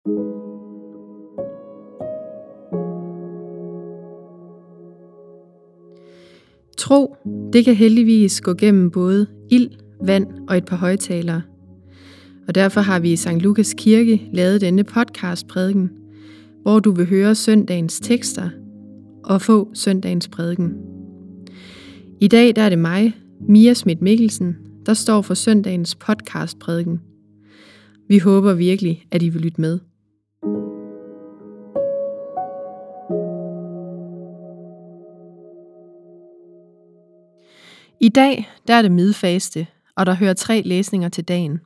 Tro, det kan heldigvis gå gennem både ild, vand og et par højtalere. Og derfor har vi i Sankt Lukas Kirke lavet denne podcastprædiken, hvor du vil høre søndagens tekster og få søndagens prædiken. I dag der er det mig, Mia Schmidt Mikkelsen, der står for søndagens podcastprædiken. Vi håber virkelig, at I vil lytte med. I dag der er det midfaste, og der hører 3 læsninger til dagen.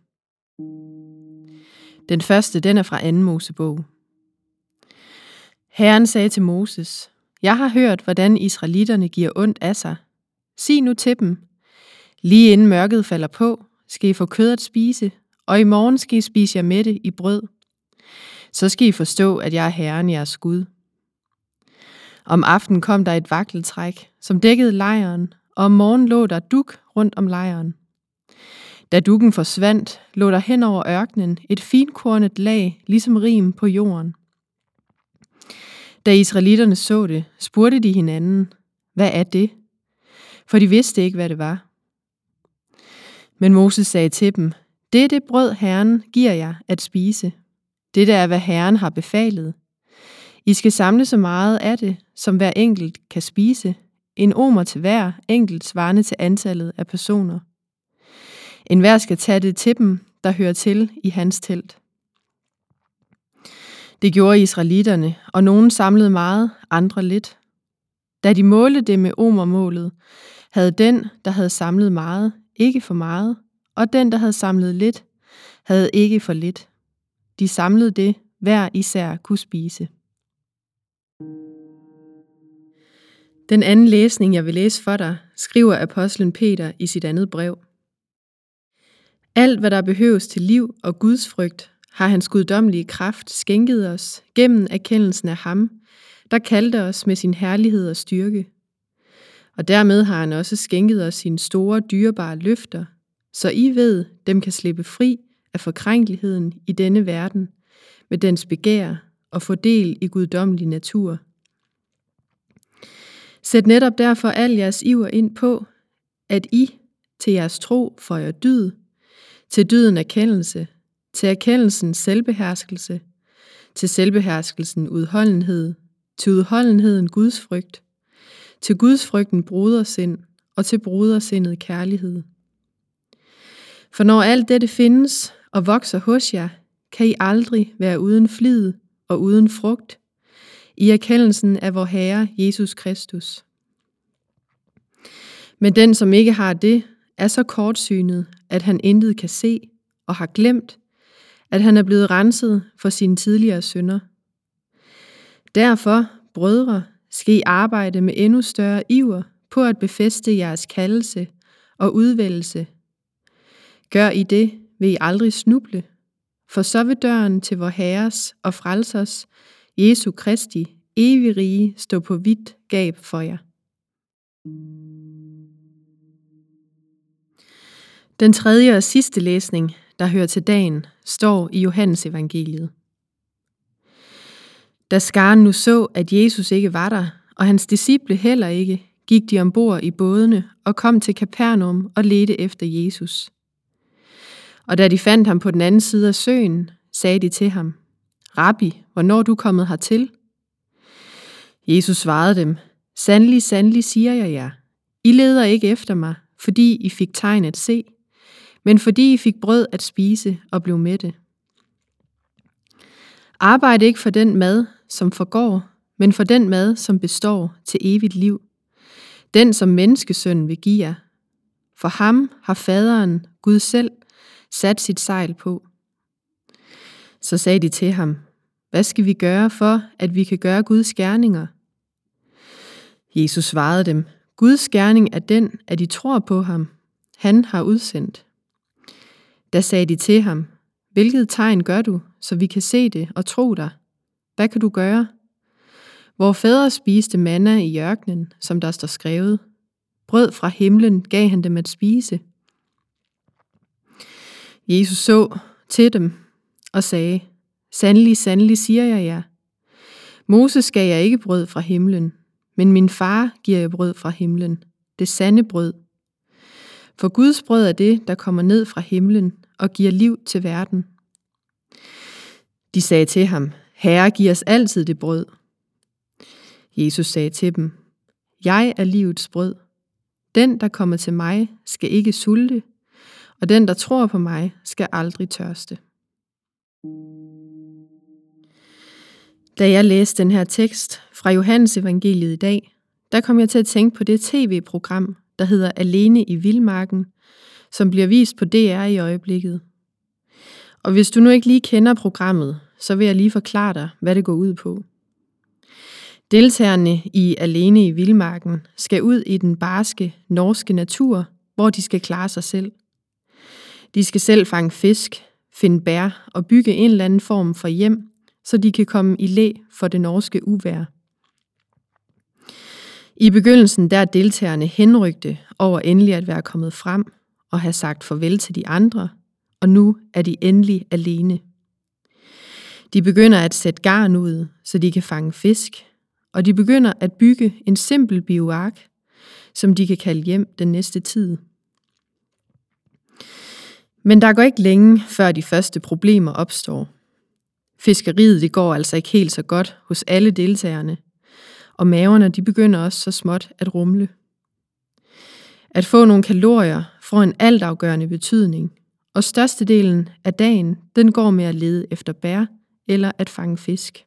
Den første, den er fra 2. Mosebog. Herren sagde til Moses: Jeg har hørt, hvordan israelitterne giver ondt af sig. Sig nu til dem: lige inden mørket falder på, skal I få kød at spise, og i morgen skal I spise jer mætte i brød. Så skal I forstå, at jeg er Herren, jeres Gud. Om aftenen kom der et vakkeltræk, som dækkede lejren, og om morgenen lå der dug rundt om lejren. Da duggen forsvandt, lå der hen over ørkenen et finkornet lag, ligesom rim på jorden. Da israelitterne så det, spurgte de hinanden: Hvad er det? For de vidste ikke, hvad det var. Men Moses sagde til dem: Det er det brød, Herren giver jer at spise. Dette er, hvad Herren har befalet. I skal samle så meget af det, som hver enkelt kan spise, en omer til hver enkelt svarende til antallet af personer. Enhver skal tage det til dem, der hører til i hans telt. Det gjorde israelitterne, og nogen samlede meget, andre lidt. Da de målte det med omermålet, havde den, der havde samlet meget, ikke for meget, og den, der havde samlet lidt, havde ikke for lidt. De samlede det, hver især kunne spise. Den anden læsning, jeg vil læse for dig, skriver apostlen Peter i sit andet brev. Alt, hvad der behøves til liv og Guds frygt, har hans guddommelige kraft skænket os gennem erkendelsen af ham, der kaldte os med sin herlighed og styrke. Og dermed har han også skænket os sine store, dyrebare løfter, så I ved, dem kan slippe fri af forkrænkeligheden i denne verden, med dens begær og få del i guddommelig natur. Sæt netop derfor al jeres iver ind på, at I til jeres tro føjer dyd, til dyden erkendelse, til erkendelsen selvbeherskelse, til selvbeherskelsen udholdenhed, til udholdenheden Guds frygt, til Guds frygten brodersind og til brodersindet kærlighed. For når alt dette findes og vokser hos jer, kan I aldrig være uden flid og uden frugt i erkendelsen af vor Herre Jesus Kristus. Men den, som ikke har det, er så kortsynet, at han intet kan se og har glemt, at han er blevet renset for sine tidligere synder. Derfor, brødre, skal I arbejde med endnu større iver på at befæste jeres kaldelse og udvælgelse. Gør I det, vil I aldrig snuble, for så vil døren til vor Herres og Frelsers, Jesu Kristi, evige rige stå på vidt gab for jer. Den tredje og sidste læsning, der hører til dagen, står i Johannes evangeliet. Da skaren nu så, at Jesus ikke var der, og hans disciple heller ikke, gik de ombord i bådene og kom til Kapernaum og ledte efter Jesus. Og da de fandt ham på den anden side af søen, sagde de til ham: Rabbi, hvornår er du kommet hertil? Jesus svarede dem: Sandelig, sandelig siger jeg jer, I leder ikke efter mig, fordi I fik tegn at se, men fordi I fik brød at spise og blev mætte. Arbejd ikke for den mad, som forgår, men for den mad, som består til evigt liv. Den, som menneskesønnen vil give jer. For ham har faderen, Gud selv, sat sit sejl på. Så sagde de til ham: Hvad skal vi gøre for, at vi kan gøre Guds gerninger? Jesus svarede dem: Guds gerning er den, at I tror på ham. Han har udsendt. Da sagde de til ham: Hvilket tegn gør du, så vi kan se det og tro dig? Hvad kan du gøre? Vor fædre spiste manna i ørkenen, som der står skrevet. Brød fra himlen gav han dem at spise. Jesus så til dem og sagde: Sandelig, sandelig, siger jeg jer. Moses gav jer ikke brød fra himlen, men min far giver jer brød fra himlen, det sande brød. For Guds brød er det, der kommer ned fra himlen og giver liv til verden. De sagde til ham, Herre, giv os altid det brød. Jesus sagde til dem, Jeg er livets brød. Den, der kommer til mig, skal ikke sulte, og den, der tror på mig, skal aldrig tørste. Da jeg læste den her tekst fra Johannes evangeliet i dag, der kom jeg til at tænke på det tv-program, der hedder Alene i Vildmarken, som bliver vist på DR i øjeblikket. Og hvis du nu ikke lige kender programmet, så vil jeg lige forklare dig, hvad det går ud på. Deltagerne i Alene i Vildmarken skal ud i den barske, norske natur, hvor de skal klare sig selv. De skal selv fange fisk, finde bær og bygge en eller anden form for hjem, så de kan komme i læ for det norske uvejr. I begyndelsen der er deltagerne henrygte over endelig at være kommet frem og have sagt farvel til de andre, og nu er de endelig alene. De begynder at sætte garn ud, så de kan fange fisk, og de begynder at bygge en simpel bioark, som de kan kalde hjem den næste tid. Men der går ikke længe, før de første problemer opstår. Fiskeriet det går altså ikke helt så godt hos alle deltagerne, og maverne de begynder også så småt at rumle. At få nogle kalorier får en altafgørende betydning, og størstedelen af dagen den går med at lede efter bær eller at fange fisk.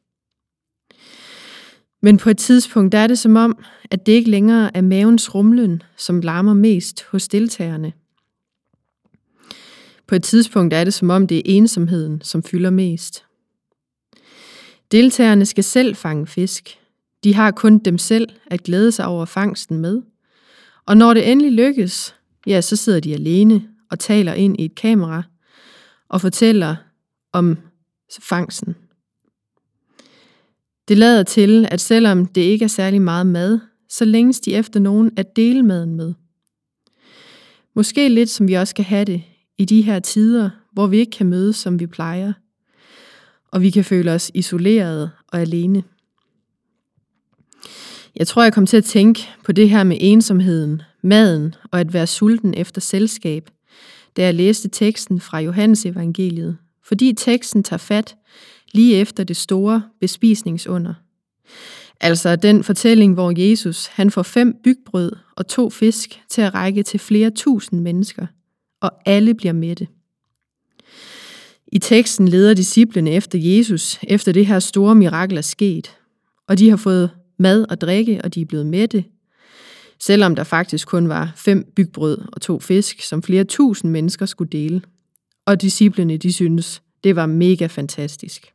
Men på et tidspunkt der er det som om, at det ikke længere er mavens rumlen, som larmer mest hos deltagerne. På et tidspunkt er det som om, det er ensomheden, som fylder mest. Deltagerne skal selv fange fisk. De har kun dem selv at glæde sig over fangsten med. Og når det endelig lykkes, ja, så sidder de alene og taler ind i et kamera og fortæller om fangsten. Det lader til, at selvom det ikke er særlig meget mad, så længes de efter nogen at dele maden med. Måske lidt som vi også skal have det i de her tider, hvor vi ikke kan mødes, som vi plejer, og vi kan føle os isolerede og alene. Jeg tror, jeg kom til at tænke på det her med ensomheden, maden og at være sulten efter selskab, da jeg læste teksten fra Johannes evangeliet, fordi teksten tager fat lige efter det store bespisningsunder. Altså den fortælling, hvor Jesus han får 5 bygbrød og 2 fisk til at række til flere tusind mennesker, og alle bliver mætte. I teksten leder disciplene efter Jesus, efter det her store mirakel er sket, og de har fået mad og drikke, og de er blevet mætte, selvom der faktisk kun var 5 bygbrød og 2 fisk, som flere tusind mennesker skulle dele. Og disciplene, de synes, det var mega fantastisk.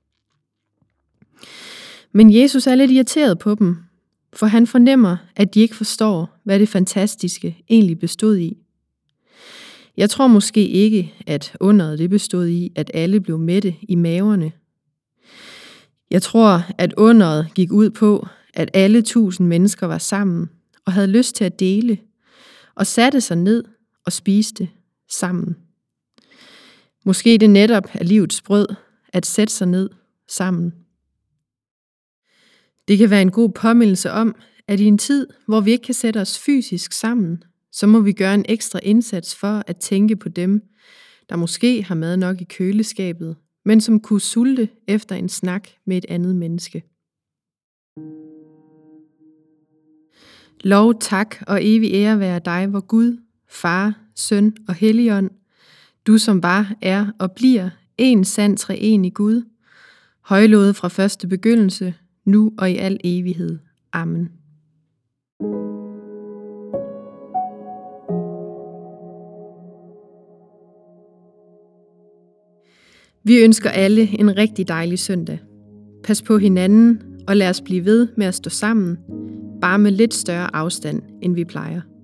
Men Jesus er lidt irriteret på dem, for han fornemmer, at de ikke forstår, hvad det fantastiske egentlig bestod i. Jeg tror måske ikke, at underet det bestod i, at alle blev mætte i maverne. Jeg tror, at underet gik ud på, at alle 1000 mennesker var sammen og havde lyst til at dele, og satte sig ned og spiste sammen. Måske det netop er livets brød, at sætte sig ned sammen. Det kan være en god påmindelse om, at i en tid, hvor vi ikke kan sætte os fysisk sammen, så må vi gøre en ekstra indsats for at tænke på dem, der måske har mad nok i køleskabet, men som kunne sulte efter en snak med et andet menneske. Lov, tak og evig ære være dig, vor Gud, Far, Søn og Helligånd, du som var, er og bliver en sand treenig Gud, højlovet fra første begyndelse, nu og i al evighed. Amen. Vi ønsker alle en rigtig dejlig søndag. Pas på hinanden, og lad os blive ved med at stå sammen, bare med lidt større afstand, end vi plejer.